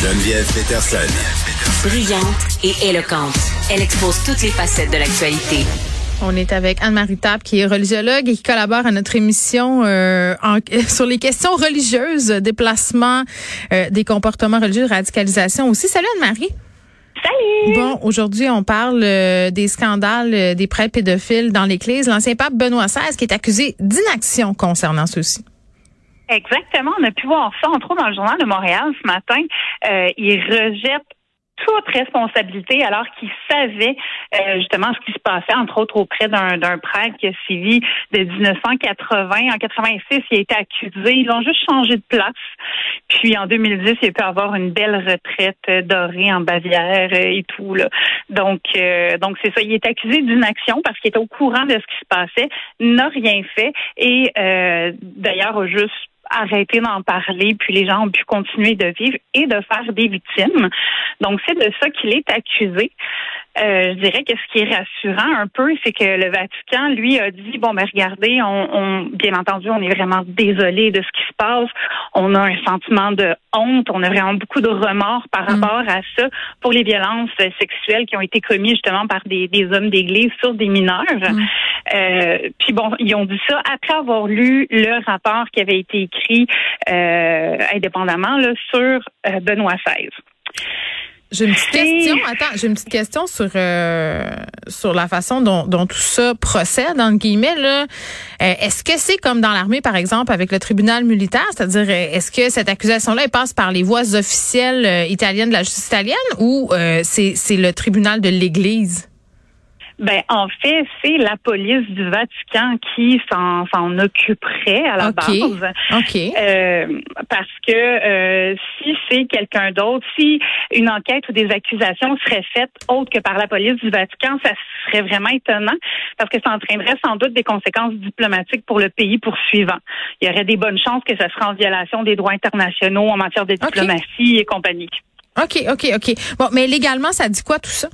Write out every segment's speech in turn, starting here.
Geneviève Peterson. Brillante et éloquente, elle expose toutes les facettes de l'actualité. On est avec Anne-Marie Table, qui est religiologue et qui collabore à notre émission sur les questions religieuses, déplacement, des comportements religieux, radicalisation aussi. Salut Anne-Marie. Salut! Bon, aujourd'hui, on parle des scandales des prêtres pédophiles dans l'Église. L'ancien pape Benoît XVI qui est accusé d'inaction concernant ceux-ci. Exactement. On a pu voir ça, entre autres, dans le Journal de Montréal ce matin. Il rejette toute responsabilité alors qu'il savait justement ce qui se passait, entre autres auprès d'un prêtre qui a suivi de 1980. En 86, il a été accusé. Ils l'ont juste changé de place. Puis en 2010, il a pu avoir une belle retraite dorée en Bavière et tout, là. Donc c'est ça. Il est accusé d'inaction parce qu'il était au courant de ce qui se passait, n'a rien fait et d'ailleurs a juste arrêter d'en parler, puis les gens ont pu continuer de vivre et de faire des victimes. Donc, c'est de ça qu'il est accusé. Je dirais que ce qui est rassurant un peu, c'est que le Vatican, lui, a dit, bon, ben regardez, bien entendu, on est vraiment désolé de ce qui se passe. On a un sentiment de honte, on a vraiment beaucoup de remords par rapport à ça pour les violences sexuelles qui ont été commises justement par des hommes d'église sur des mineurs. Puis bon, ils ont dit ça après avoir lu le rapport qui avait été écrit indépendamment là, sur Benoît XVI. J'ai une petite question sur la façon dont tout ça procède, entre guillemets, là. Est-ce que c'est comme dans l'armée, par exemple, avec le tribunal militaire? C'est-à-dire, est-ce que cette accusation-là, elle passe par les voies officielles italiennes de la justice italienne ou c'est le tribunal de l'Église? Ben, en fait, c'est la police du Vatican qui s'en occuperait à la base. Parce que si c'est quelqu'un d'autre, si une enquête ou des accusations seraient faites autres que par la police du Vatican, ça serait vraiment étonnant parce que ça entraînerait sans doute des conséquences diplomatiques pour le pays poursuivant. Il y aurait des bonnes chances que ça serait en violation des droits internationaux en matière de diplomatie et compagnie. OK. Bon, mais légalement, ça dit quoi tout ça?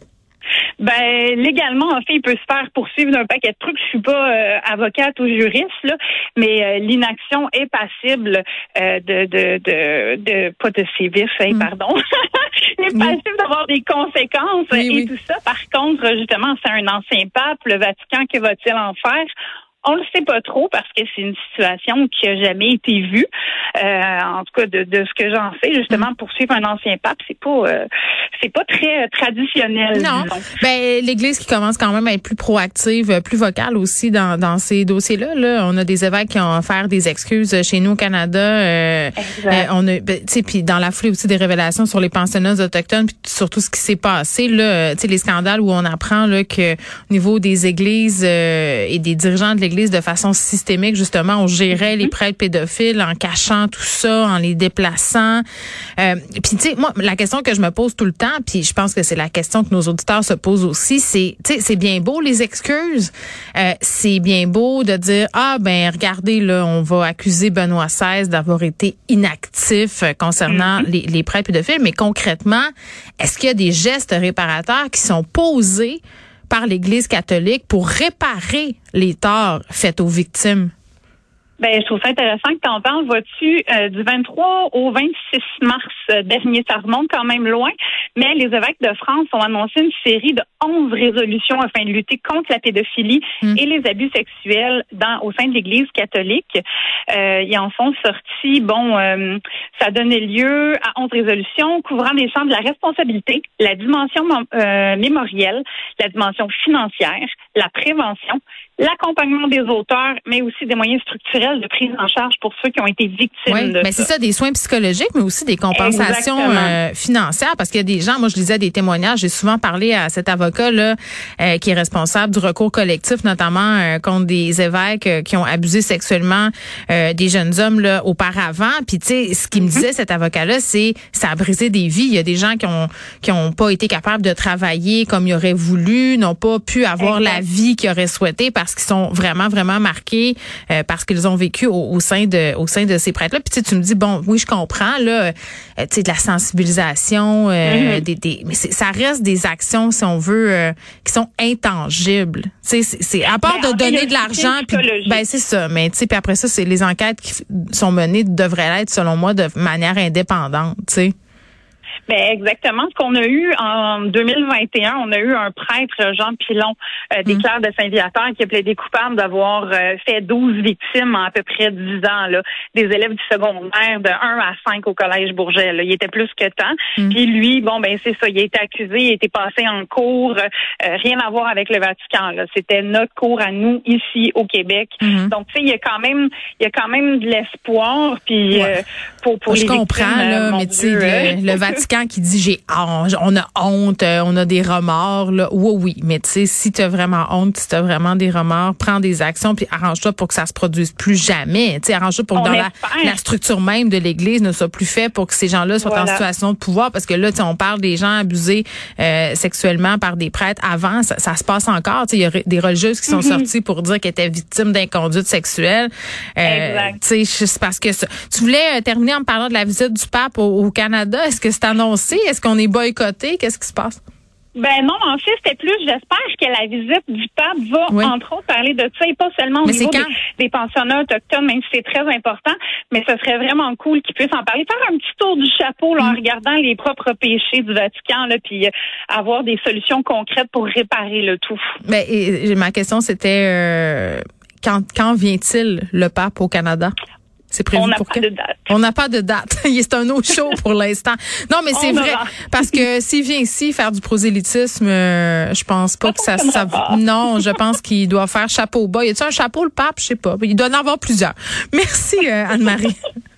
Ben légalement, en fait, il peut se faire poursuivre d'un paquet de trucs. Je suis pas avocate ou juriste, là, mais l'inaction est passible de pas de sévices, pardon. Il est passible d'avoir des conséquences et tout ça. Par contre, justement, c'est un ancien pape, le Vatican, que va-t-il en faire? On le sait pas trop parce que c'est une situation qui a jamais été vue. En tout cas, de ce que j'en sais, justement, poursuivre un ancien pape, c'est pas très traditionnel. Non. Disons. Ben, l'Église qui commence quand même à être plus proactive, plus vocale aussi dans ces dossiers-là. Là, on a des évêques qui ont offert des excuses chez nous au Canada. On a, tu sais, puis dans la foulée aussi des révélations sur les pensionnats autochtones, puis sur tout ce qui s'est passé là, tu sais, les scandales où on apprend là que au niveau des églises et des dirigeants de l'Église de façon systémique, justement, on gérait les prêtres pédophiles en cachant tout ça, en les déplaçant. Puis, tu sais, moi, la question que je me pose tout le temps, puis je pense que c'est la question que nos auditeurs se posent aussi, c'est, tu sais, c'est bien beau les excuses, c'est bien beau de dire, ben regardez, là, on va accuser Benoît XVI d'avoir été inactif concernant les prêtres pédophiles, mais concrètement, est-ce qu'il y a des gestes réparateurs qui sont posés par l'Église catholique pour réparer les torts faits aux victimes? Ben, je trouve ça intéressant que tu en parles. Vois-tu, du 23 au 26 mars dernier, ça remonte quand même loin, mais les évêques de France ont annoncé une série de 11 résolutions afin de lutter contre la pédophilie et les abus sexuels au sein de l'Église catholique. Ils en sont sortis, ça donnait lieu à 11 résolutions couvrant des champs de la responsabilité, la dimension mémorielle, la dimension financière, la prévention, l'accompagnement des auteurs, mais aussi des moyens structurels de prise en charge pour ceux qui ont été victimes de ça. C'est ça, des soins psychologiques, mais aussi des compensations financières, parce qu'il y a des gens, moi je lisais des témoignages, j'ai souvent parlé à cet avocat-là qui est responsable du recours collectif, notamment contre des évêques qui ont abusé sexuellement des jeunes hommes là, auparavant. Puis tu sais, ce qu'il me disait cet avocat-là, c'est ça a brisé des vies. Il y a des gens qui ont pas été capables de travailler comme ils auraient voulu, n'ont pas pu avoir la vie qu'ils auraient souhaité parce qu'ils sont vraiment, vraiment marqués parce qu'ils ont vécu au sein de ces prêtres-là. Puis tu me dis, bon, oui, je comprends, là, tu sais, de la sensibilisation, mais ça reste des actions, si on veut, qui sont intangibles. Tu sais, c'est à part de donner de l'argent, puis c'est ça. Mais tu sais, puis après ça, c'est les enquêtes qui sont menées devraient l'être, selon moi, de manière indépendante, tu sais. Ben exactement. Ce qu'on a eu en 2021, on a eu un prêtre, Jean Pilon, des Clercs de Saint-Viateur, qui a plaidé coupable d'avoir fait 12 victimes en à peu près 10 ans, là, des élèves du secondaire de 1 à 5 au Collège Bourget. Là. Il était plus que temps. Puis lui, bon, ben c'est ça, il a été accusé, il a été passé en cour, rien à voir avec le Vatican. Là. C'était notre cour à nous, ici, au Québec. Donc, tu sais, il y a quand même de l'espoir, puis pour les victimes. Je comprends, là, mais tu sais, le Vatican qui dit on a honte, on a des remords, là. Oui, mais tu sais, si t'as vraiment honte, si t'as vraiment des remords, prends des actions puis arrange-toi pour que ça se produise plus jamais. Tu sais, arrange-toi pour que dans la structure même de l'Église ne soit plus fait pour que ces gens-là soient en situation de pouvoir, parce que là, tu sais, on parle des gens abusés sexuellement par des prêtres. Avant, ça se passe encore. Tu sais, il y a des religieuses qui sont sorties pour dire qu'elles étaient victimes d'inconduite sexuelle. Tu sais, c'est parce que tu voulais terminer en me parlant de la visite du pape au Canada. Est-ce que c'est annoncé? Est-ce qu'on est boycotté? Qu'est-ce qui se passe? Ben non, en fait, c'était plus, j'espère que la visite du pape va, entre autres, parler de ça, et pas seulement au niveau des pensionnats autochtones, même si c'est très important, mais ce serait vraiment cool qu'ils puissent en parler. Faire un petit tour du chapeau là, en regardant les propres péchés du Vatican, là, puis avoir des solutions concrètes pour réparer le tout. Ben, ma question, c'était quand vient-il, le pape, au Canada? C'est prévu pour que... On n'a pas de date. C'est un autre show pour l'instant. Non, mais c'est vrai. Parce que s'il vient ici faire du prosélytisme, je pense pas que ça non, je pense qu'il doit faire chapeau bas. Y a-t-il un chapeau, le pape? Je sais pas. Il doit en avoir plusieurs. Merci, Anne-Marie.